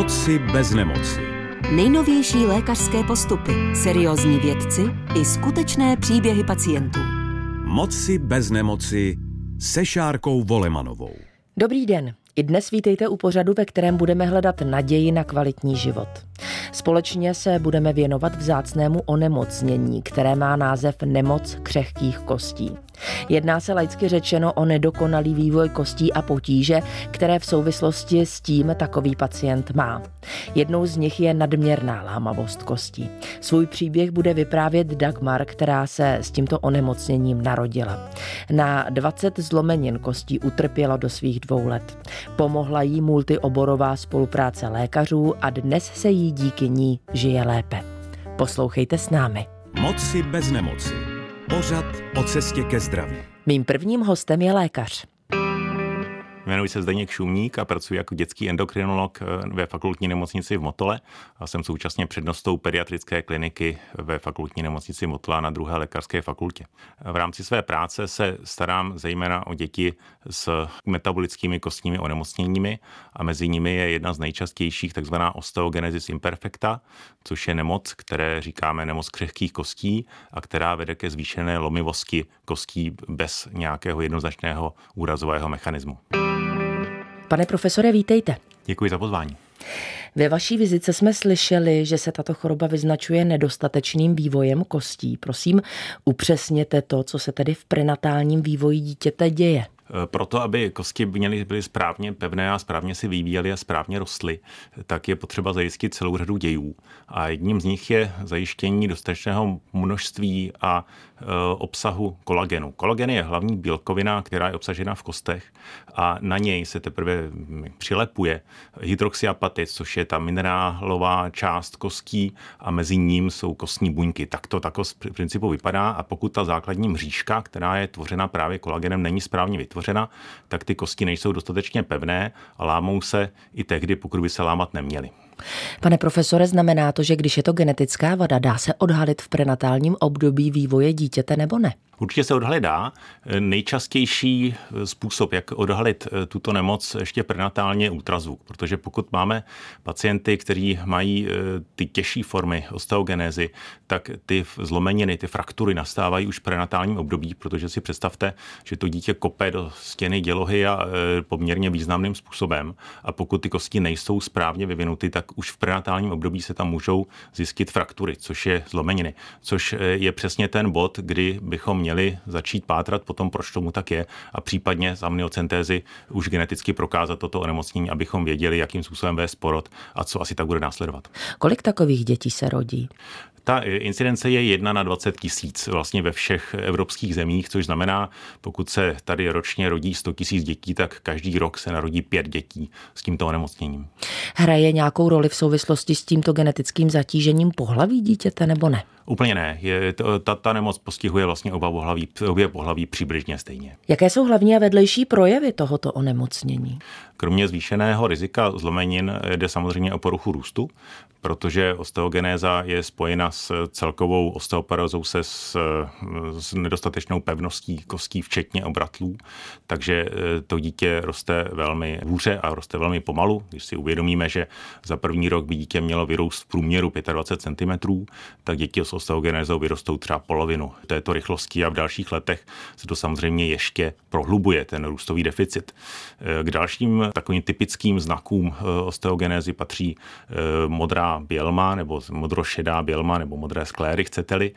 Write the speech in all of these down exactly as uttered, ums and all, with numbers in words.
Moci bez nemoci. Nejnovější lékařské postupy, seriózní vědci i skutečné příběhy pacientů. Moci bez nemoci se Šárkou Volemanovou. Dobrý den. I dnes vítejte u pořadu, ve kterém budeme hledat naději na kvalitní život. Společně se budeme věnovat vzácnému onemocnění, které má název nemoc křehkých kostí. Jedná se laicky řečeno o nedokonalý vývoj kostí a potíže, které v souvislosti s tím takový pacient má. Jednou z nich je nadměrná lámavost kostí. Svůj příběh bude vyprávět Dagmar, která se s tímto onemocněním narodila. Na dvacet zlomenin kostí utrpěla do svých dvou let. Pomohla jí multioborová spolupráce lékařů a dnes se jí díky ní žije lépe. Poslouchejte s námi. Moci bez nemoci. Pořad o cestě ke zdraví. Mým prvním hostem je lékař. Jmenuji se Zdeněk Šumník a pracuji jako dětský endokrinolog ve fakultní nemocnici v Motole a jsem současně přednostou pediatrické kliniky ve fakultní nemocnici Motola na druhé lékařské fakultě. V rámci své práce se starám zejména o děti s metabolickými kostními onemocněními a mezi nimi je jedna z nejčastějších takzvaná osteogenesis imperfecta, což je nemoc, které říkáme nemoc křehkých kostí a která vede ke zvýšené lomivosti kostí bez nějakého jednoznačného úrazového mechanismu. Pane profesore, vítejte. Děkuji za pozvání. Ve vaší vizitce jsme slyšeli, že se tato choroba vyznačuje nedostatečným vývojem kostí. Prosím, upřesněte to, co se tedy v prenatálním vývoji dítěte děje. Proto, aby kosti měly, byly správně pevné a správně si vyvíjely a správně rostly, tak je potřeba zajistit celou řadu dějů. A jedním z nich je zajištění dostatečného množství a e, obsahu kolagenu. Kolagen je hlavní bílkovina, která je obsažena v kostech a na něj se teprve přilepuje hydroxyapatit, což je ta minerálová část kostí a mezi ním jsou kostní buňky. Tak to tako z principu vypadá a pokud ta základní mřížka, která je tvořena právě kolagenem, není správně vytvořena, tak ty kosti nejsou dostatečně pevné a lámou se i tehdy, pokud by se lámat neměly. Pane profesore, znamená to, že když je to genetická vada, dá se odhalit v prenatálním období vývoje dítěte nebo ne? Určitě se odhalit dá. Nejčastější způsob, jak odhalit tuto nemoc ještě prenatálně je ultrazvuk, protože pokud máme pacienty, kteří mají ty těžší formy osteogenézy, tak ty zlomeniny, ty fraktury nastávají už v prenatálním období, protože si představte, že to dítě kope do stěny dělohy a poměrně významným způsobem a pokud ty kosti nejsou správně vyvinuty, tak už v prenatálním období se tam můžou zjistit fraktury, což je zlomeniny, což je přesně ten bod, kdy bychom měli začít pátrat potom, proč tomu tak je a případně z amniocentézy už geneticky prokázat toto onemocnění, abychom věděli, jakým způsobem vést porod a co asi tak bude následovat. Kolik takových dětí se rodí? Ta incidence je jedna na dvacet tisíc vlastně ve všech evropských zemích, což znamená, pokud se tady ročně rodí sto tisíc dětí, tak každý rok se narodí pět dětí s tímto onemocněním. Hraje nějakou roli v souvislosti s tímto genetickým zatížením pohlaví dítěte nebo ne? Úplně ne. Je, ta, ta nemoc postihuje vlastně oba pohlaví, obě pohlaví přibližně stejně. Jaké jsou hlavní a vedlejší projevy tohoto onemocnění? Kromě zvýšeného rizika zlomenin jde samozřejmě o poruchu růstu, protože osteogenéza je spojena s celkovou osteoporózou se s, s nedostatečnou pevností kostí, včetně obratlů, takže to dítě roste velmi hůře a roste velmi pomalu. Když si uvědomíme, že za první rok by dítě mělo vyrůst v průměru dvacet pět centimetrů, tak děti s osteogenézou vyrostou třeba polovinu této rychlosti a v dalších letech se to samozřejmě ještě prohlubuje, ten růstový deficit. K dalším takovým typickým znakům osteogenézy patří modrá bělma nebo modrošedá bělma nebo modré skléry, chcete-li,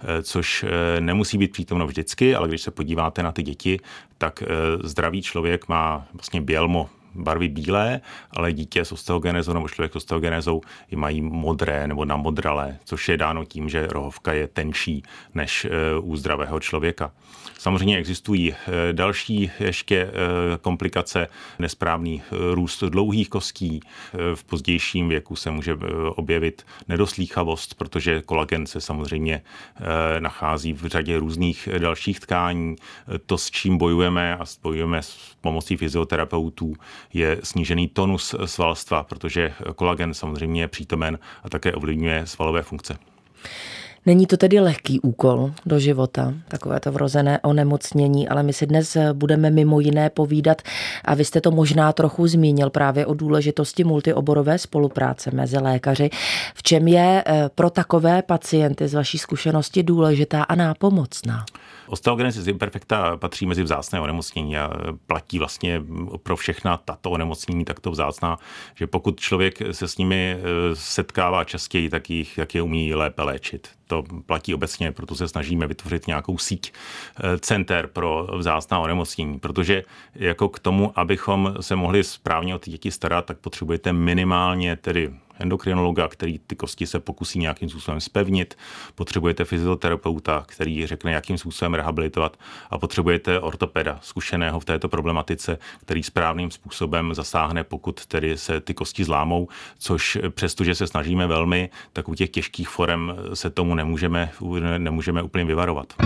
což nemusí být přítomno vždycky, ale když se podíváte na ty děti, tak zdravý člověk má vlastně bělmo barvy bílé, ale dítě s osteogenézou nebo člověk s osteogenézou je mají modré nebo namodralé, což je dáno tím, že rohovka je tenčí než u zdravého člověka. Samozřejmě existují další ještě komplikace, nesprávný růst dlouhých kostí. V pozdějším věku se může objevit nedoslýchavost, protože kolagen se samozřejmě nachází v řadě různých dalších tkání. To, s čím bojujeme a bojujeme s pomocí fyzioterapeutů, je snížený tonus svalstva, protože kolagen samozřejmě je přítomen a také ovlivňuje svalové funkce. Není to tedy lehký úkol do života, takové to vrozené onemocnění, ale my si dnes budeme mimo jiné povídat, a vy jste to možná trochu zmínil právě o důležitosti multioborové spolupráce mezi lékaři. V čem je pro takové pacienty z vaší zkušenosti důležitá a nápomocná? Osteogenesis imperfecta patří mezi vzácné onemocnění a platí vlastně pro všechna tato onemocnění takto vzácná, že pokud člověk se s nimi setkává častěji, tak jich, jak je umí lépe léčit. To platí obecně, proto se snažíme vytvořit nějakou síť center pro vzácná onemocnění, protože jako k tomu, abychom se mohli správně o ty děti starat, tak potřebujete minimálně tedy endokrinologa, který ty kosti se pokusí nějakým způsobem zpevnit, potřebujete fyzioterapeuta, který řekne, jakým způsobem rehabilitovat, a potřebujete ortopeda, zkušeného v této problematice, který správným způsobem zasáhne, pokud tedy se ty kosti zlámou, což přestože se snažíme velmi, tak u těch těžkých forem se tomu nemůžeme, nemůžeme úplně vyvarovat.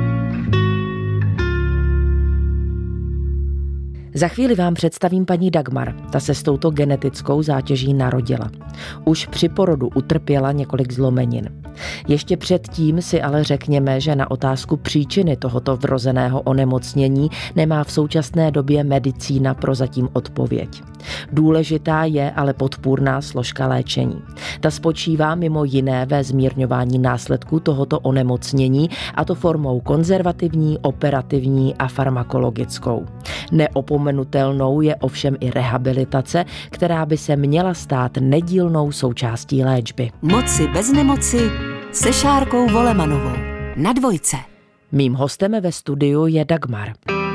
Za chvíli vám představím paní Dagmar. Ta se s touto genetickou zátěží narodila. Už při porodu utrpěla několik zlomenin. Ještě předtím si ale řekněme, že na otázku příčiny tohoto vrozeného onemocnění nemá v současné době medicína prozatím odpověď. Důležitá je ale podpůrná složka léčení. Ta spočívá mimo jiné ve zmírňování následků tohoto onemocnění, a to formou konzervativní, operativní a farmakologickou. Neopomenutelnou je ovšem i rehabilitace, která by se měla stát nedílnou součástí léčby. Moci bez nemoci se Šárkou Volemanovou na Dvojce. Mým hostem ve studiu je Dagmar.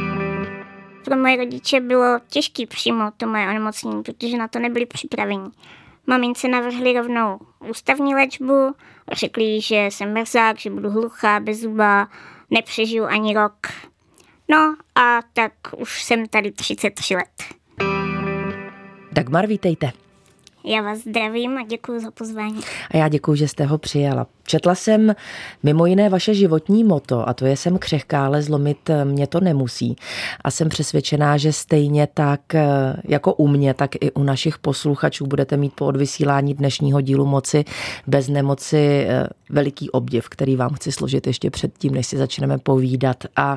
Pro moje rodiče bylo těžké přijmout to moje onemocnění, protože na to nebyli připraveni. Mamince navrhli rovnou ústavní léčbu, řekli, že jsem mrzák, že budu hluchá, bezzuba, nepřežiju ani rok. No a tak už jsem tady třicet tři let. Dagmar, vítejte. Já vás zdravím a děkuji za pozvání. A já děkuji, že jste ho přijala. Četla jsem mimo jiné vaše životní motto, a to je: jsem křehká, ale zlomit mě to nemusí. A jsem přesvědčená, že stejně tak jako u mě, tak i u našich posluchačů budete mít po odvysílání dnešního dílu Moci bez nemoci veliký obdiv, který vám chci složit ještě předtím, než si začneme povídat. A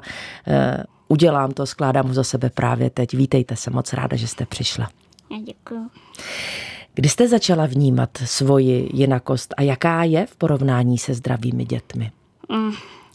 udělám to, skládám ho za sebe právě teď. Vítejte, jsem moc ráda, že jste přišla. Já děkuji. Kdy jste začala vnímat svoji jinakost a jaká je v porovnání se zdravými dětmi? Mm.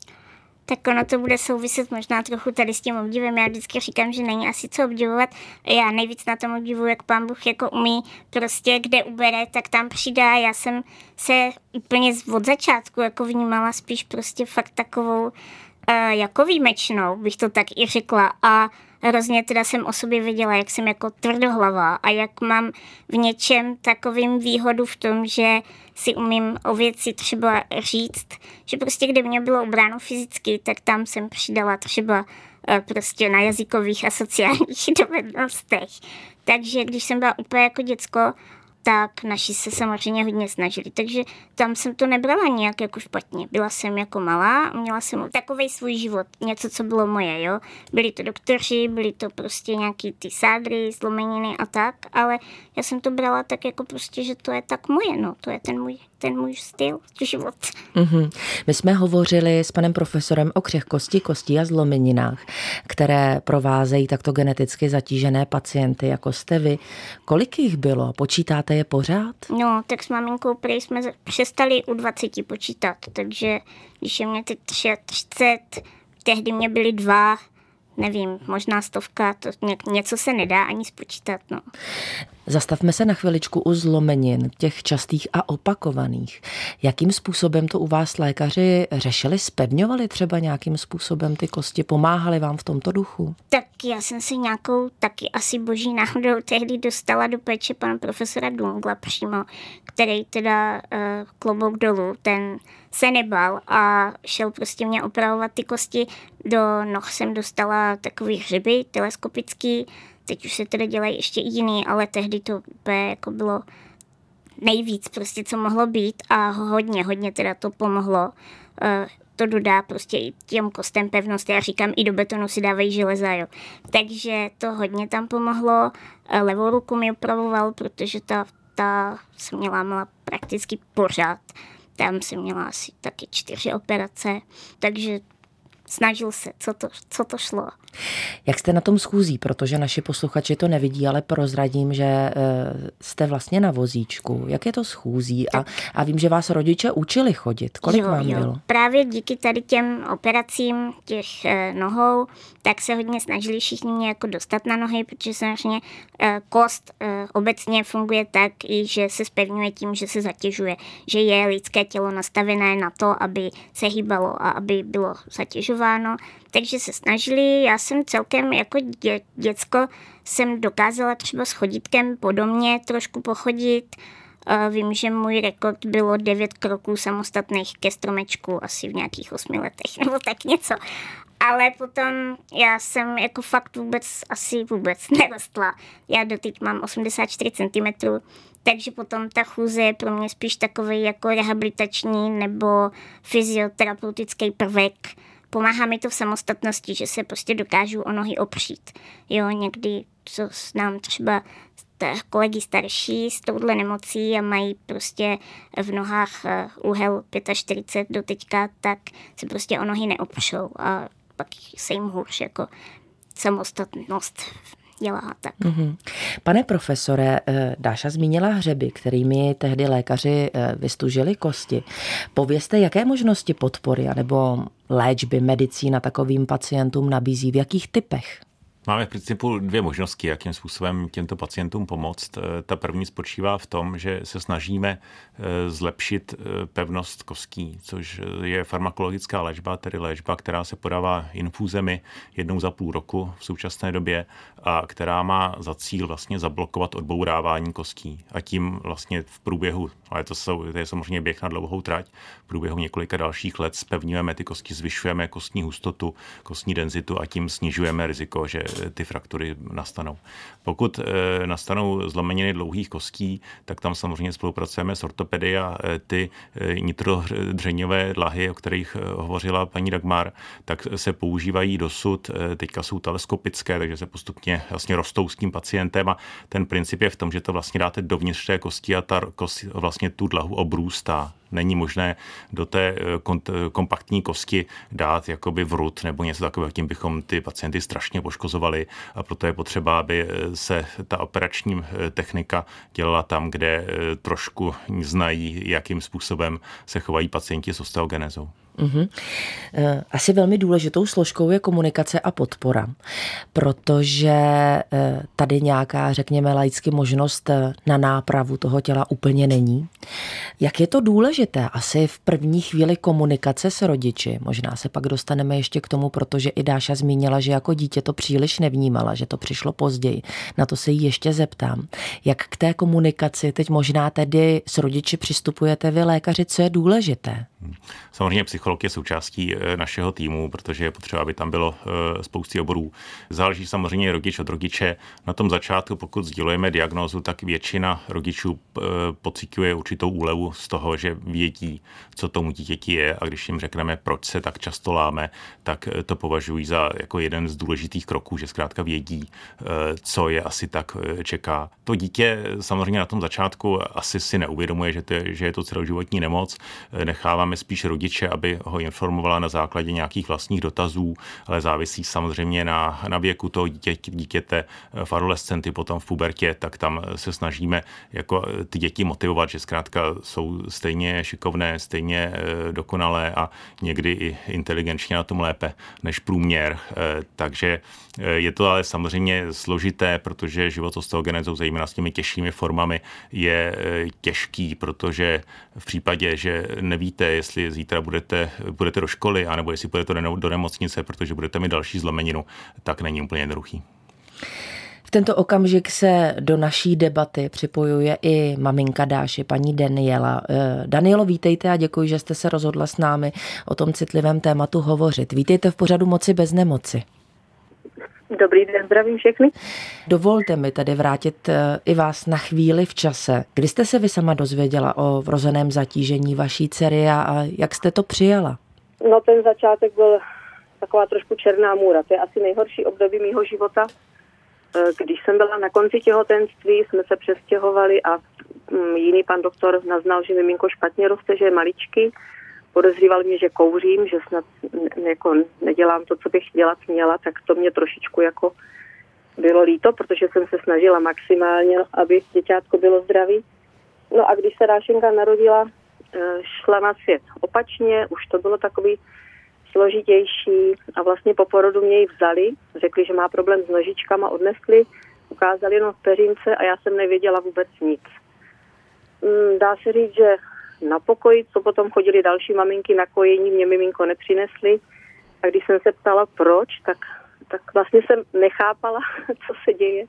Tak ono to bude souviset možná trochu tady s tím obdivem. Já vždycky říkám, že není asi co obdivovat. Já nejvíc na tom obdivuji, jak Pán Bůh jako umí prostě kde ubere, tak tam přidá. Já jsem se úplně od začátku jako vnímala spíš prostě fakt takovou uh, jako výjimečnou, bych to tak i řekla. A hrozně teda jsem o sobě věděla, jak jsem jako tvrdohlavá a jak mám v něčem takovým výhodu v tom, že si umím o věci třeba říct, že prostě kde mě bylo ubráno fyzicky, tak tam jsem přidala třeba prostě na jazykových a sociálních dovednostech. Takže když jsem byla úplně jako děcko, tak naši se samozřejmě hodně snažili. Takže tam jsem to nebrala nějak jako špatně. Byla jsem jako malá, měla jsem takovej svůj život, něco, co bylo moje, jo. Byli to doktoři, byli to prostě nějaký ty sádry, zlomeniny a tak, ale já jsem to brala tak jako prostě, že to je tak moje, no. To je ten můj, ten můj styl, život. Mm-hmm. My jsme hovořili s panem profesorem o křehkosti kostí a zlomeninách, které provázejí takto geneticky zatížené pacienty, jako jste vy. Kolik jich bylo? Počítáte je pořád? No, tak s maminkou prý jsme přestali u dvaceti počítat, takže když je mě teď třicet, tehdy mě byly dva, nevím, možná stovka, to ně, něco se nedá ani spočítat, no. Zastavme se na chviličku u zlomenin, těch častých a opakovaných. Jakým způsobem to u vás lékaři řešili? Zpevňovali třeba nějakým způsobem ty kosti? Pomáhali vám v tomto duchu? Tak já jsem si nějakou taky asi boží náhodou tehdy dostala do péče pana profesora Dungla přímo, který teda uh, klobouk dolů, ten se nebal a šel prostě mě opravovat ty kosti. Do noh jsem dostala takový hřiby teleskopický. Teď už se teda dělají ještě jiný, ale tehdy to úplně jako bylo nejvíc prostě, co mohlo být a hodně, hodně teda to pomohlo. To dodá prostě i těm kostem pevnost. Já říkám, i do betonu si dávají železa, jo. Takže to hodně tam pomohlo. Levou ruku mi opravoval, protože ta, ta se mě lámala prakticky pořád. Tam jsem měla asi taky čtyři operace, takže snažil se, co to, co to šlo. Jak jste na tom schůzí, protože naši posluchači to nevidí, ale prozradím, že jste vlastně na vozíčku. Jak je to schůzí? A, a vím, že vás rodiče učili chodit. Kolik jo, vám jo. bylo? Právě díky tady těm operacím těch eh, nohou, tak se hodně snažili všichni mě jako dostat na nohy, protože samozřejmě eh, kost eh, obecně funguje tak, i že se zpevňuje tím, že se zatěžuje. Že je lidské tělo nastavené na to, aby se hýbalo a aby bylo zatěžováno. Takže se snažili, já jsem celkem jako dě, děcko jsem dokázala třeba s chodítkem po domě trošku pochodit. Vím, že můj rekord bylo devět kroků samostatných ke stromečku asi v nějakých osmi letech nebo tak něco. Ale potom já jsem jako fakt vůbec asi vůbec nerostla. Já doteď mám osmdesát čtyři centimetrů, takže potom ta chůze je pro mě spíš takový jako rehabilitační nebo fyzioterapeutický prvek. Pomáhá mi to v samostatnosti, že se prostě dokážu o nohy opřít. Jo, někdy, co znám třeba kolegy starší s touhle nemocí a mají prostě v nohách úhel čtyřicet pět do teďka, tak se prostě o nohy neopřou a pak se jim hůř jako samostatnost dělá tak. Mm-hmm. Pane profesore, Dáša zmínila hřeby, kterými tehdy lékaři vystužili kosti. Povězte, jaké možnosti podpory nebo léčby medicína takovým pacientům nabízí, v jakých typech? Máme v principu dvě možnosti, jakým způsobem těmto pacientům pomoct. Ta první spočívá v tom, že se snažíme zlepšit pevnost kostí, což je farmakologická léčba, tedy léčba, která se podává infúzemi jednou za půl roku v současné době a která má za cíl vlastně zablokovat odbourávání kostí. A tím vlastně v průběhu, ale to, jsou, to je samozřejmě běh na dlouhou trať, v průběhu několika dalších let zpevňujeme ty kosti, zvyšujeme kostní hustotu, kostní denzitu a tím snižujeme riziko, že ty fraktury nastanou. Pokud e, nastanou zlomeniny dlouhých kostí, tak tam samozřejmě spolupracujeme s ortopedy a e, ty e, nitrodřeňové dlahy, o kterých e, hovořila paní Dagmar, tak se používají dosud, e, teďka jsou teleskopické, takže se postupně vlastně rostou s tím pacientem a ten princip je v tom, že to vlastně dáte dovnitř té kosti a ta kost vlastně tu dlahu obrůstá. Není možné do té kompaktní kosti dát jakoby vrut nebo něco takového, tím bychom ty pacienty strašně poškozovali a proto je potřeba, aby se ta operační technika dělala tam, kde trošku znají, jakým způsobem se chovají pacienti s osteogenézou. Uhum. Asi velmi důležitou složkou je komunikace a podpora, protože tady nějaká, řekněme, laicky možnost na nápravu toho těla úplně není. Jak je to důležité? Asi v první chvíli komunikace s rodiči. Možná se pak dostaneme ještě k tomu, protože i Dáša zmínila, že jako dítě to příliš nevnímala, že to přišlo později. Na to se jí ještě zeptám. Jak k té komunikaci teď možná tedy s rodiči přistupujete vy lékaři, co je důležité? Samozřejmě psycholog je součástí našeho týmu, protože je potřeba, aby tam bylo spousty oborů. Záleží samozřejmě rodič od rodiče. Na tom začátku, pokud sdělujeme diagnózu, tak většina rodičů pociťuje určitou úlevu z toho, že vědí, co tomu dítěti je a když jim řekneme, proč se tak často láme, tak to považují za jako jeden z důležitých kroků, že zkrátka vědí, co je asi tak čeká. To dítě samozřejmě na tom začátku asi si neuvědomuje, že, to je, že je to celoživotní nemoc. Necháváme spíš rodiče, aby ho informovala na základě nějakých vlastních dotazů, ale závisí samozřejmě na, na věku toho dítě, dítěte v adolescenty, potom v pubertě, tak tam se snažíme jako ty děti motivovat, že zkrátka jsou stejně šikovné, stejně dokonalé a někdy i inteligenčně na tom lépe než průměr. Takže je to ale samozřejmě složité, protože život s osteogenézou, zejména s těmi těžšími formami, je těžký, protože v případě, že nevíte, jestli zítra budete, budete do školy, anebo jestli budete do nemocnice, protože budete mít další zlomeninu, tak není úplně jednoduchý. V tento okamžik se do naší debaty připojuje i maminka Dáši, paní Daniela. Danielo, vítejte a děkuji, že jste se rozhodla s námi o tom citlivém tématu hovořit. Vítejte v pořadu Moci bez nemoci. Dobrý den, zdravím všechny. Dovolte mi tedy vrátit i vás na chvíli v čase. Kdy jste se vy sama dozvěděla o vrozeném zatížení vaší dcery a jak jste to přijala? No ten začátek byl taková trošku černá můra. To je asi nejhorší období mýho života. Když jsem byla na konci těhotenství, jsme se přestěhovali a jiný pan doktor naznal, že miminko špatně roste, že je maličký. Podezříval mě, že kouřím, že snad jako nedělám to, co bych dělat měla, tak to mě trošičku jako bylo líto, protože jsem se snažila maximálně, aby děťátko bylo zdravý. No a když se Dášenka narodila, šla na svět opačně, už to bylo takový složitější a vlastně po porodu mě ji vzali, řekli, že má problém s nožičkama, odnesli, ukázali jenom v peřince a já jsem nevěděla vůbec nic. Dá se říct, že na pokoji, co potom chodili další maminky na kojení, mě miminko nepřinesli a když jsem se ptala proč, tak, tak vlastně jsem nechápala, co se děje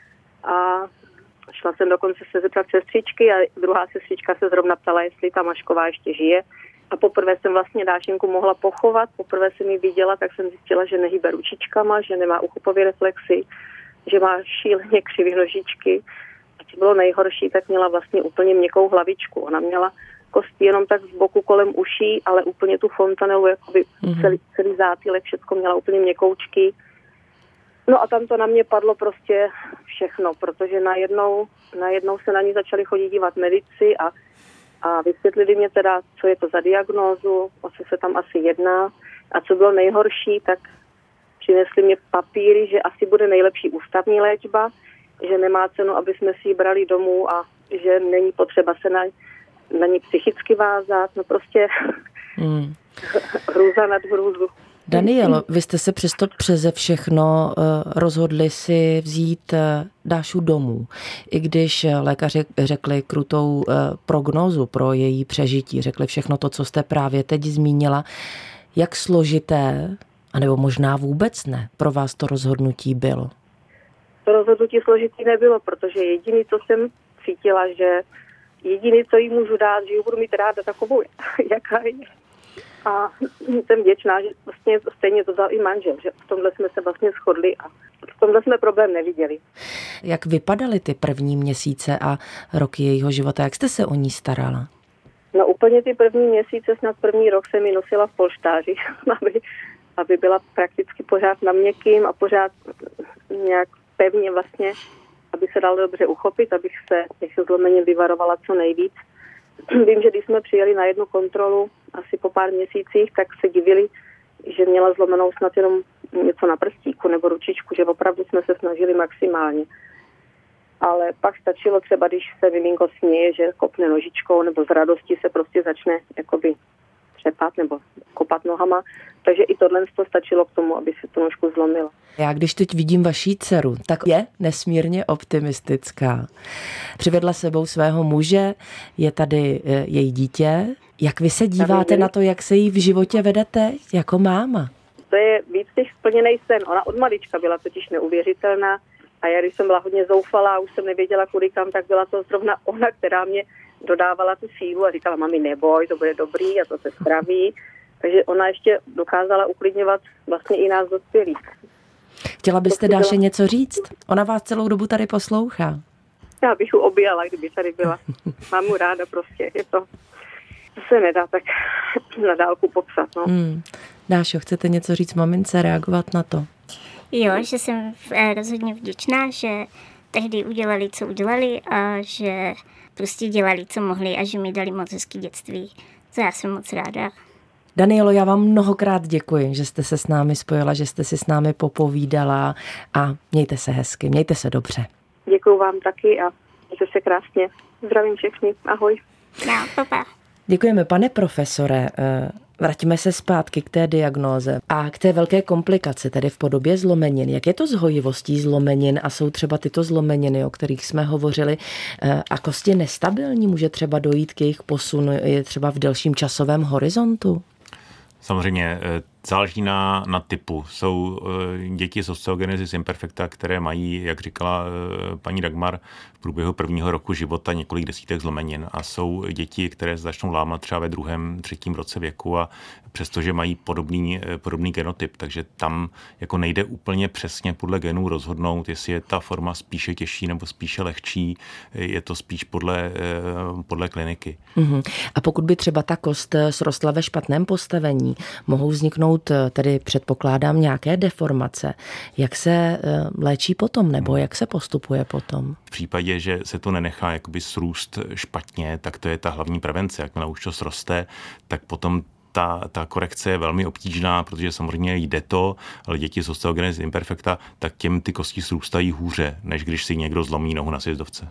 a šla jsem dokonce se zeptat sestřičky a druhá sestřička se zrovna ptala, jestli ta Mašková ještě žije. A poprvé jsem vlastně Dášenku mohla pochovat, poprvé jsem ji viděla, tak jsem zjistila, že nehýbe ručičkama, že nemá uchopové reflexy, že má šíleně křivý nožičky. A co bylo nejhorší, tak měla vlastně úplně měkkou hlavičku. Ona měla kosti jenom tak z boku kolem uší, ale úplně tu fontanelu, jakoby mm-hmm. celý, celý zátylek, všecko měla úplně měkoučky. No a tam to na mě padlo prostě všechno, protože najednou, najednou se na ní začali chodit dívat medici a, a vysvětlili mě teda, co je to za diagnózu, o co se tam asi jedná. A co bylo nejhorší, tak přinesli mě papíry, že asi bude nejlepší ústavní léčba, že nemá cenu, aby jsme si ji brali domů a že není potřeba se na, na ní psychicky vázat. No prostě mm. hrůza nad hrůzu. Danielo, vy jste se přesto přeze všechno rozhodli si vzít Dášu domů, i když lékaři řekli krutou prognózu pro její přežití, řekli všechno to, co jste právě teď zmínila. Jak složité, anebo možná vůbec ne, pro vás to rozhodnutí bylo? To rozhodnutí složitý nebylo, protože jediný, co jsem cítila, že jediný, co jí můžu dát, že ji budu mít ráda takovou, jaká je. A jsem vděčná, že vlastně stejně to vzal i manžel, že v tomhle jsme se vlastně shodli a v tomhle jsme problém neviděli. Jak vypadaly ty první měsíce a roky jejího života? Jak jste se o ní starala? No úplně ty první měsíce, snad první rok jsem ji nosila v polštáři, aby, aby byla prakticky pořád na měkkým a pořád nějak pevně vlastně, aby se dalo dobře uchopit, abych se těch zlomenin vyvarovala co nejvíc. Vím, že když jsme přijeli na jednu kontrolu asi po pár měsících, tak se divili, že měla zlomenou snad jenom něco na prstíku nebo ručičku, že opravdu jsme se snažili maximálně. Ale pak stačilo třeba, když se miminko směje, že kopne nožičkou nebo z radosti se prostě začne jakoby třepat nebo kopat nohama. Takže i tohle to stačilo k tomu, aby se tu nožku zlomilo. Já když teď vidím vaší dceru, tak je nesmírně optimistická. Přivedla sebou svého muže, je tady její dítě. Jak vy se díváte na to, jak se jí v životě vedete jako máma? To je víc než splněný sen. Ona od malička byla totiž neuvěřitelná a já když jsem byla hodně zoufalá, už jsem nevěděla kudy kam, tak byla to zrovna ona, která mě dodávala tu sílu a říkala, mami, neboj, to bude dobrý a to se spraví. Takže ona ještě dokázala uklidňovat vlastně i nás dospělých. Chtěla byste Dáše něco říct? Ona vás celou dobu tady poslouchá. Já bych ji objala, kdyby tady byla. Mám mu ráda prostě. Je to, to se nedá tak na dálku popsat. No. Hmm. Dášo, chcete něco říct mamince, reagovat na to? Jo, že jsem rozhodně vděčná, že tehdy udělali, co udělali a že prostě dělali, co mohli a že mi dali moc hezký dětství. To já jsem moc ráda. Danielo, já vám mnohokrát děkuji, že jste se s námi spojila, že jste si s námi popovídala a mějte se hezky, mějte se dobře. Děkuji vám taky a mějte se krásně. Zdravím všechny, ahoj. No, papa. Děkujeme, pane profesore. Vraťme se zpátky k té diagnóze a k té velké komplikaci, tedy v podobě zlomenin. Jak je to s hojivostí zlomenin a jsou třeba tyto zlomeniny, o kterých jsme hovořili, a kosti nestabilní? Může třeba dojít k jejich posunu je třeba v delším časovém horizontu? Samozřejmě záleží na, na typu. Jsou děti s osteogenesis imperfecta, které mají, jak říkala paní Dagmar, v průběhu prvního roku života několik desítek zlomenin a jsou děti, které začnou lámat třeba ve druhém, třetím roce věku a přestože mají podobný, podobný genotyp, takže tam jako nejde úplně přesně podle genů rozhodnout, jestli je ta forma spíše těžší nebo spíše lehčí, je to spíš podle, podle kliniky. Uhum. A pokud by třeba ta kost srostla ve špatném postavení, mohou vzniknout vzniknout, tedy předpokládám, nějaké deformace. Jak se léčí potom, nebo jak se postupuje potom? V případě, že se to nenechá jakoby srůst špatně, tak to je ta hlavní prevence. Jakmile už to sroste, tak potom Ta, ta korekce je velmi obtížná, protože samozřejmě jde to, ale děti s osteogenesis imperfecta, tak těm ty kosti srůstají hůře, než když si někdo zlomí nohu na sjezdovce.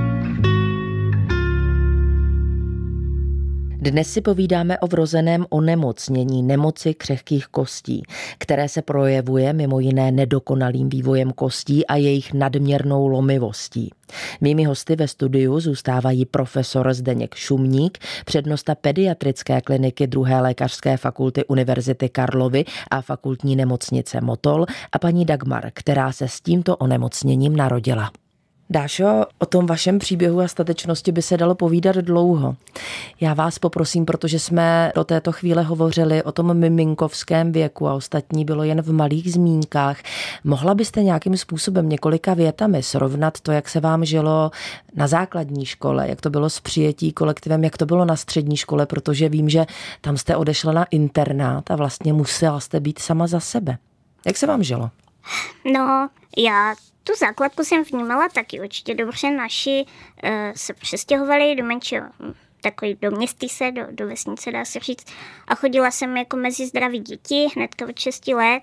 Dnes si povídáme o vrozeném onemocnění nemoci křehkých kostí, které se projevuje mimo jiné nedokonalým vývojem kostí a jejich nadměrnou lomivostí. Mými hosty ve studiu zůstávají profesor Zdeněk Šumník, přednosta pediatrické kliniky druhé lékařské fakulty Univerzity Karlovy a fakultní nemocnice Motol a paní Dagmar, která se s tímto onemocněním narodila. Dášo, o tom vašem příběhu a statečnosti by se dalo povídat dlouho. Já vás poprosím, protože jsme do této chvíle hovořili o tom miminkovském věku a ostatní bylo jen v malých zmínkách. Mohla byste nějakým způsobem několika větami srovnat to, jak se vám žilo na základní škole, jak to bylo s přijetí kolektivem, jak to bylo na střední škole, protože vím, že tam jste odešla na internát a vlastně musela jste být sama za sebe. Jak se vám žilo? No, já tu základku jsem vnímala taky určitě dobře. Naši uh, se přestěhovali do menšího, takový do městyse, do, do vesnice, dá se říct. A chodila jsem jako mezi zdraví děti, hnedka od šesti let.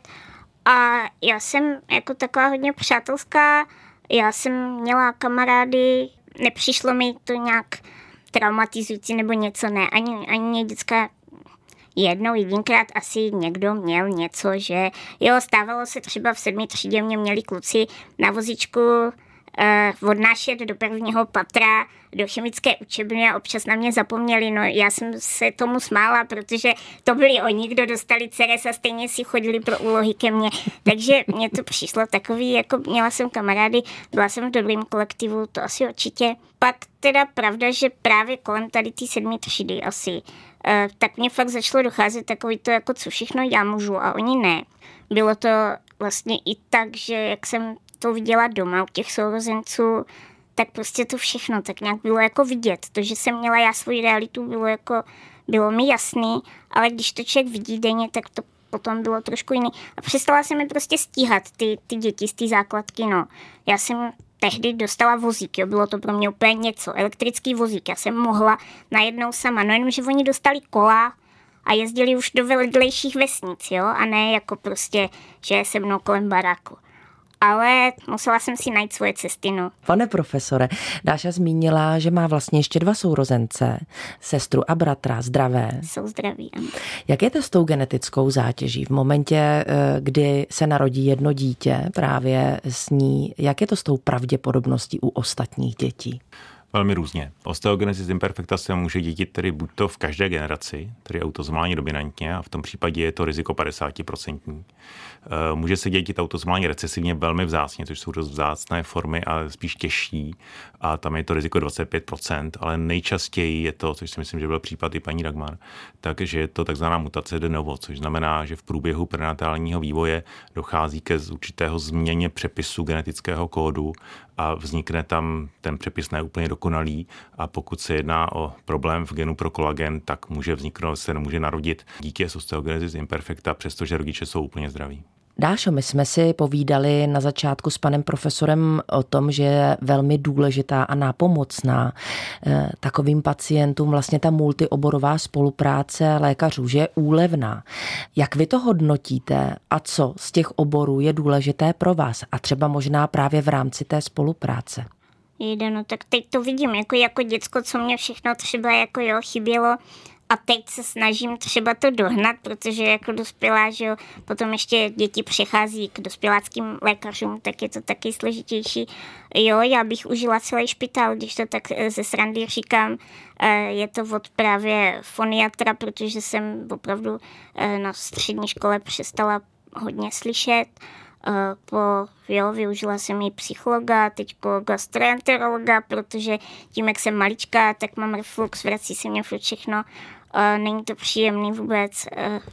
A já jsem jako taková hodně přátelská, já jsem měla kamarády, nepřišlo mi to nějak traumatizující nebo něco, ne. Ani, ani mě vždycky jednou, jedinkrát asi někdo měl něco, že jo, stávalo se třeba v sedmé třídě, mě měli kluci na vozíčku eh, odnášet do prvního patra do chemické učebny a občas na mě zapomněli, no já jsem se tomu smála, protože to byli oni, kdo dostali ceres a stejně si chodili pro úlohy ke mně, takže mně to přišlo takový, jako měla jsem kamarády, byla jsem v dobrým kolektivu, to asi určitě. Pak teda pravda, že právě kolem tady té sedmé třídy asi Uh, tak mě fakt začalo docházet takový to, jako co všechno já můžu a oni ne. Bylo to vlastně i tak, že jak jsem to viděla doma u těch sourozenců, tak prostě to všechno tak nějak bylo jako vidět. To, že jsem měla já svoji realitu, bylo jako, bylo mi jasný, ale když to člověk vidí denně, tak to potom bylo trošku jiný. A přestala jsem mi prostě stíhat ty, ty děti z té základky, no. Já jsem tehdy dostala vozík, jo, bylo to pro mě úplně něco, elektrický vozík, já jsem mohla najednou sama, no jenom, že oni dostali kola a jezdili už do vedlejších vesnic, jo, a ne jako prostě, že je se mnou kolem baráku. Ale musela jsem si najít svoje cesty, no. Pane profesore, Dáša zmínila, že má vlastně ještě dva sourozence, sestru a bratra, zdravé. Jsou zdraví, ano. Jak je to s tou genetickou zátěží? V momentě, kdy se narodí jedno dítě právě s ní, jak je to s tou pravděpodobností u ostatních dětí? Velmi různě. Osteogenesis imperfecta se může dítit tedy buď to v každé generaci, tedy autozomálně dominantně, a v tom případě je to riziko padesát procent. Může se dětit autozomálně recesivně velmi vzácně, což jsou dost vzácné formy a spíš těžší, a tam je to riziko dvacet pět procent, ale nejčastěji je to, což si myslím, že byl případ i paní Dagmar, takže je to takzvaná mutace de novo, což znamená, že v průběhu prenatálního vývoje dochází ke určitého změně přepisu genetického kódu a vznikne tam ten přepis neúplně dokonalý, a pokud se jedná o problém v genu pro kolagen, tak může vzniknout, se nemůže narodit dítě s osteogenesis imperfecta, přestože rodiče jsou úplně zdraví. Dášo, my jsme si povídali na začátku s panem profesorem o tom, že je velmi důležitá a nápomocná eh, takovým pacientům vlastně ta multioborová spolupráce lékařů, že je úlevná. Jak vy to hodnotíte a co z těch oborů je důležité pro vás a třeba možná právě v rámci té spolupráce? Jde, no tak teď to vidím, jako, jako děcko, co mě všechno třeba jako jo, chybělo. A teď se snažím třeba to dohnat, protože jako dospělá, že jo, potom ještě děti přechází k dospěláckým lékařům, tak je to taky složitější. Jo, já bych užila celý špitál, když to tak ze srandy říkám, je to od právě foniatra, protože jsem opravdu na střední škole přestala hodně slyšet. Po, jo, využila jsem i psychologa, teďko gastroenterologa, protože tím, jak jsem maličká, tak mám reflux, vrací se mě furt všechno. Není to příjemný vůbec.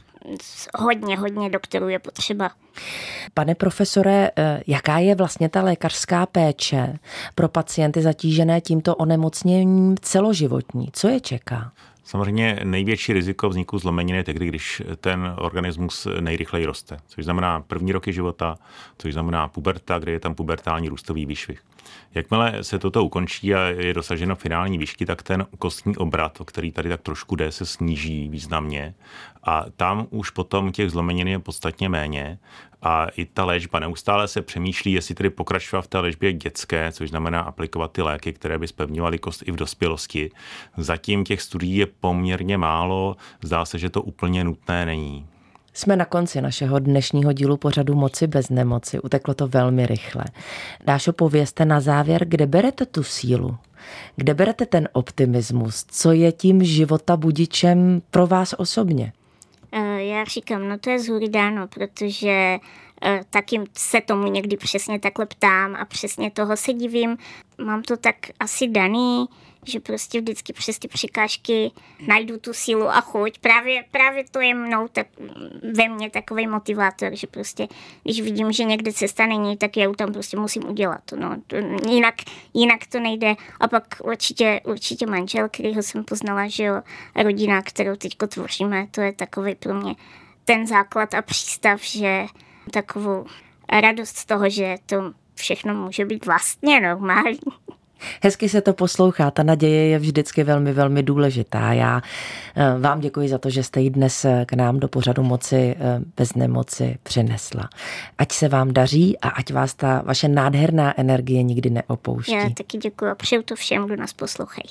Hodně, hodně doktorů je potřeba. Pane profesore, jaká je vlastně ta lékařská péče pro pacienty zatížené tímto onemocněním celoživotní? Co je čeká? Samozřejmě největší riziko vzniku zlomeniny je tehdy, když ten organismus nejrychleji roste, což znamená první roky života, což znamená puberta, kde je tam pubertální růstový výšvih. Jakmile se toto ukončí a je dosaženo finální výšky, tak ten kostní obrat, o který tady tak trošku jde, se sníží významně a tam už potom těch zlomenin je podstatně méně a i ta léčba neustále se přemýšlí, jestli tedy pokračovat v té léčbě dětské, což znamená aplikovat ty léky, které by zpevňovaly kost i v dospělosti. Zatím těch studií je poměrně málo, zdá se, že to úplně nutné není. Jsme na konci našeho dnešního dílu pořadu Moci bez nemoci. Uteklo to velmi rychle. Dášo, povězte na závěr, kde berete tu sílu? Kde berete ten optimismus? Co je tím života budičem pro vás osobně? Já říkám, no to je zhůry dáno, protože taky se tomu někdy přesně takhle ptám a přesně toho se divím. Mám to tak asi daný, že prostě vždycky přes ty překážky najdu tu sílu a chuť. Právě, právě to je mnou tak, ve mně takový motivátor, že prostě, když vidím, že někde cesta není, tak já tam prostě musím udělat. No, to, jinak, jinak to nejde. A pak určitě, určitě manžel, kterýho jsem poznala, že jo, rodina, kterou teďko tvoříme, to je takový pro mě ten základ a přístav, že takovou radost z toho, že to všechno může být vlastně normální. Hezky se to poslouchá, ta naděje je vždycky velmi, velmi důležitá. Já vám děkuji za to, že jste ji dnes k nám do pořadu Moci bez nemoci přinesla. Ať se vám daří a ať vás ta vaše nádherná energie nikdy neopouští. Já taky děkuji a přeju to všem, kdo nás poslouchají.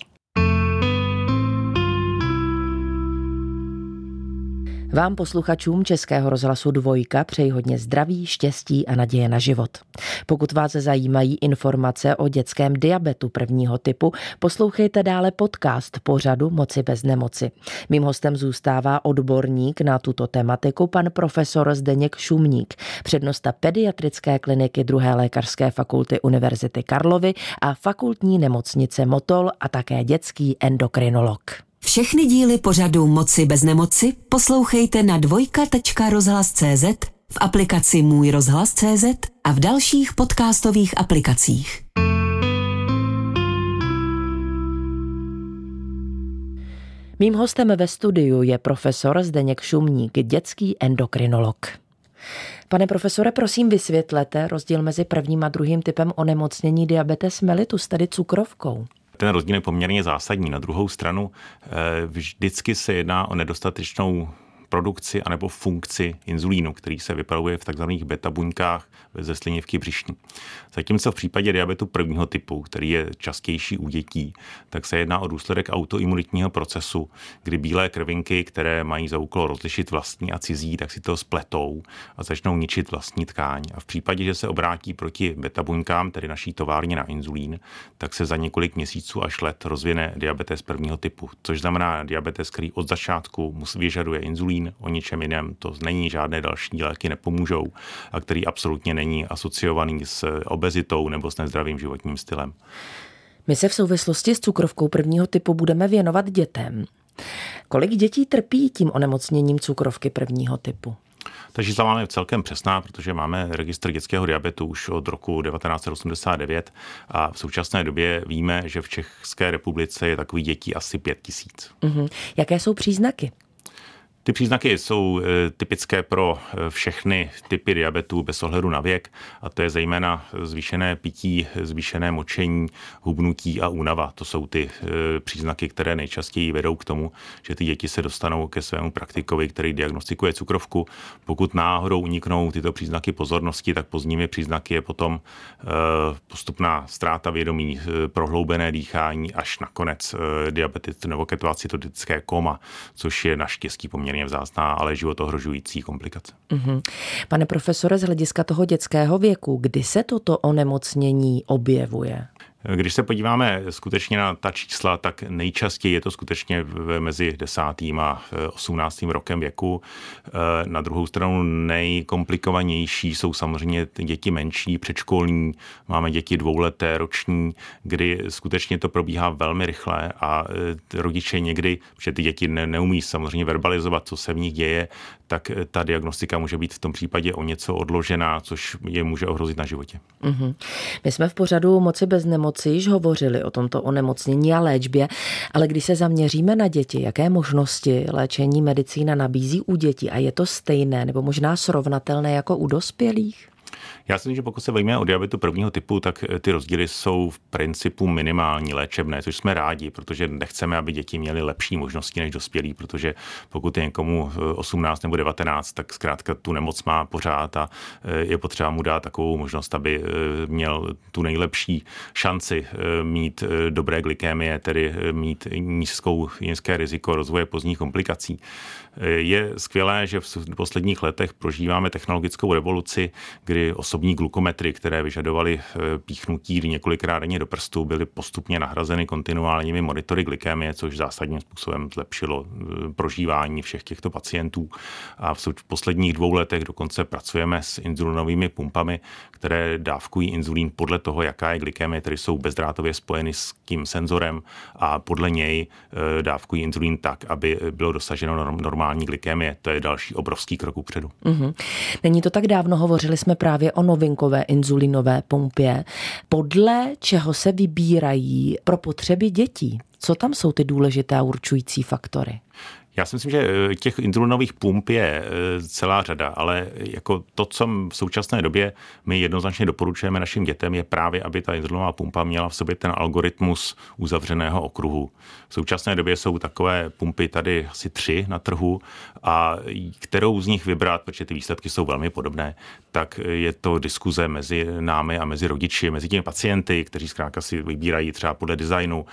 Vám posluchačům Českého rozhlasu Dvojka přeji hodně zdraví, štěstí a naděje na život. Pokud vás zajímají informace o dětském diabetu prvního typu, poslouchejte dále podcast pořadu Moci bez nemoci. Mým hostem zůstává odborník na tuto tematiku pan profesor Zdeněk Šumník, přednosta pediatrické kliniky druhé lékařské fakulty Univerzity Karlovy a fakultní nemocnice Motol a také dětský endokrinolog. Všechny díly pořadu Moci bez nemoci poslouchejte na dvojka tečka rozhlas tečka cé zet, v aplikaci Můj rozhlas tečka cé zet a v dalších podcastových aplikacích. Mým hostem ve studiu je profesor Zdeněk Šumník, dětský endokrinolog. Pane profesore, prosím vysvětlete rozdíl mezi prvním a druhým typem onemocnění diabetes mellitus, tedy cukrovkou. Ten rozdíl je poměrně zásadní. Na druhou stranu vždycky se jedná o nedostatečnou produkci anebo funkci inzulínu, který se vypravuje v takzvaných beta buňkách ze slinivky břišní. Zatímco v případě diabetu prvního typu, který je častější u dětí, tak se jedná o důsledek autoimunitního procesu, kdy bílé krvinky, které mají za úkol rozlišit vlastní a cizí, tak si to spletou a začnou ničit vlastní tkáň. A v případě, že se obrátí proti beta buňkám, tedy naší továrně na inzulín, tak se za několik měsíců až let rozvine diabetes prvního typu, což znamená diabetes, který od začátku vyžaduje inzulín, o ničem jiném, to není, žádné další léky nepomůžou a který absolutně není asociovaný s obezitou nebo s nezdravým životním stylem. My se v souvislosti s cukrovkou prvního typu budeme věnovat dětem. Kolik dětí trpí tím onemocněním cukrovky prvního typu? Ta čísla máme celkem přesná, protože máme registr dětského diabetu už od roku devatenáct set osmdesát devět a v současné době víme, že v České republice je takových dětí asi pět tisíc. Mhm. Jaké jsou příznaky? Ty příznaky jsou typické pro všechny typy diabetu bez ohledu na věk a to je zejména zvýšené pití, zvýšené močení, hubnutí a únava. To jsou ty příznaky, které nejčastěji vedou k tomu, že ty děti se dostanou ke svému praktikovi, který diagnostikuje cukrovku. Pokud náhodou uniknou tyto příznaky pozornosti, tak pozdními příznaky je potom postupná ztráta vědomí, prohloubené dýchání až nakonec diabetes nebo ketoacytotické koma, což je naštěstí poměrně vzácná, ale životohrožující komplikace. Mm-hmm. Pane profesore, z hlediska toho dětského věku, kdy se toto onemocnění objevuje? Když se podíváme skutečně na ta čísla, tak nejčastěji je to skutečně mezi desátým a osmnáctým rokem věku. Na druhou stranu nejkomplikovanější jsou samozřejmě děti menší, předškolní, máme děti dvouleté, roční, kdy skutečně to probíhá velmi rychle a rodiče někdy, protože ty děti neumí samozřejmě verbalizovat, co se v nich děje, tak ta diagnostika může být v tom případě o něco odložená, což je může ohrozit na životě. Mm-hmm. My jsme v pořadu Moci bez nemoci nemoci již hovořili o tomto onemocnění a léčbě, ale když se zaměříme na děti, jaké možnosti léčení medicína nabízí u dětí a je to stejné nebo možná srovnatelné jako u dospělých? Já si myslím, že pokud se bavíme o diabetu prvního typu, tak ty rozdíly jsou v principu minimální, léčebné, což jsme rádi, protože nechceme, aby děti měly lepší možnosti než dospělí, protože pokud je někomu osmnáct nebo devatenáct, tak zkrátka tu nemoc má pořád a je potřeba mu dát takovou možnost, aby měl tu nejlepší šanci mít dobré glykémie, tedy mít nízkou, nízké riziko rozvoje pozdních komplikací. Je skvělé, že v posledních letech prožíváme technologickou revoluci, kdy osobní glukometry, které vyžadovaly píchnutí několikrát denně do prstu, byly postupně nahrazeny kontinuálními monitory glykémie, což zásadním způsobem zlepšilo prožívání všech těchto pacientů. A v posledních dvou letech dokonce pracujeme s inzulinovými pumpami, které dávkují inzulín podle toho, jaká je glykémie, tedy jsou bezdrátově spojeny s tím senzorem a podle něj dávkují inzulín tak, aby bylo dosaženo normální glykémie. To je další obrovský krok upředu. Mm-hmm. Není to tak dávno, hovořili jsme právě o novinkové inzulinové pumpě. Podle čeho se vybírají pro potřeby dětí? Co tam jsou ty důležité a určující faktory? Já si myslím, že těch inzulinových pump je celá řada, ale jako to, co v současné době my jednoznačně doporučujeme našim dětem, je právě, aby ta inzulinová pumpa měla v sobě ten algoritmus uzavřeného okruhu. V současné době jsou takové pumpy tady asi tři na trhu a kterou z nich vybrat, protože ty výsledky jsou velmi podobné, tak je to diskuze mezi námi a mezi rodiči, mezi těmi pacienty, kteří zkrátka si vybírají třeba podle designu.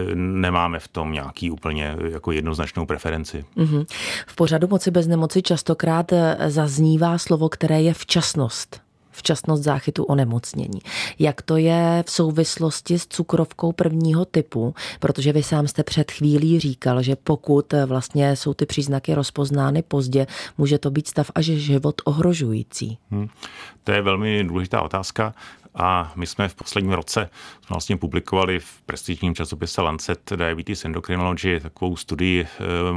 Nemáme v tom nějaký úplně jako jednoznačnou preferenci. Mm-hmm. V pořadu Moci bez nemoci častokrát zaznívá slovo, které je včasnost. Včasnost záchytu onemocnění. Jak to je v souvislosti s cukrovkou prvního typu? Protože vy sám jste před chvílí říkal, že pokud vlastně jsou ty příznaky rozpoznány pozdě, může to být stav až život ohrožující. Hmm. To je velmi důležitá otázka. A my jsme v posledním roce vlastně publikovali v prestižním časopise Lancet Diabetes Endocrinology takovou studii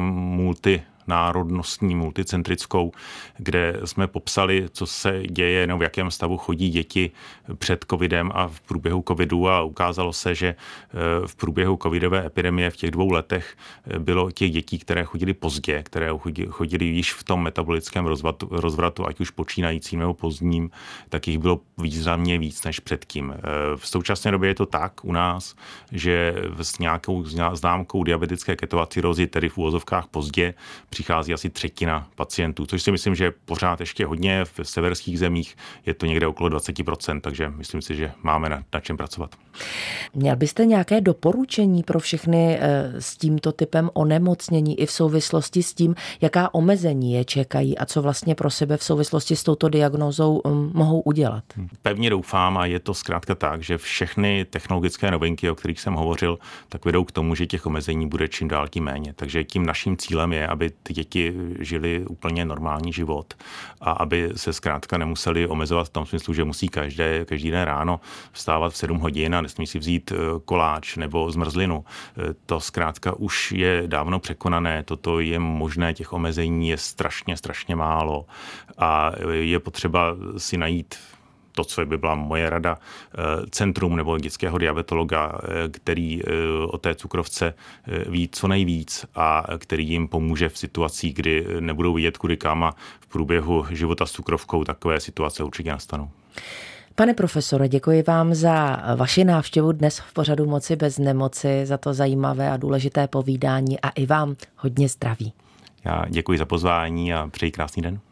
multi národnostní, multicentrickou, kde jsme popsali, co se děje, nebo v jakém stavu chodí děti před covidem a v průběhu covidu a ukázalo se, že v průběhu covidové epidemie v těch dvou letech bylo těch dětí, které chodily pozdě, které chodily již v tom metabolickém rozvratu, rozvratu, ať už počínajícím nebo pozdním, tak jich bylo významně víc než předtím. V současné době je to tak u nás, že s nějakou známkou diabetické ketoacidozy, tedy v úvozovkách pozdě, přichází asi třetina pacientů, což si myslím, že je pořád ještě hodně. V severských zemích je to někde okolo dvacet procent, takže myslím si, že máme na, na čem pracovat. Měl byste nějaké doporučení pro všechny s tímto typem onemocnění i v souvislosti s tím, jaká omezení je čekají a co vlastně pro sebe v souvislosti s touto diagnózou mohou udělat? Pevně doufám a je to zkrátka tak, že všechny technologické novinky, o kterých jsem hovořil, tak vedou k tomu, že těch omezení bude čím dál tím méně. Takže tím naším cílem je, aby ty děti žili úplně normální život a aby se zkrátka nemuseli omezovat v tom smyslu, že musí každé, každý den ráno vstávat v sedm hodin a nesmí si vzít koláč nebo zmrzlinu. To zkrátka už je dávno překonané, toto je možné, těch omezení je strašně, strašně málo a je potřeba si najít to, co by byla moje rada, centrum nebo dětského diabetologa, který o té cukrovce ví co nejvíc a který jim pomůže v situacích, kdy nebudou vidět kudy kam a v průběhu života s cukrovkou takové situace určitě nastanou. Pane profesore, děkuji vám za vaši návštěvu dnes v pořadu Moci bez nemoci, za to zajímavé a důležité povídání a i vám hodně zdraví. Já děkuji za pozvání a přeji krásný den.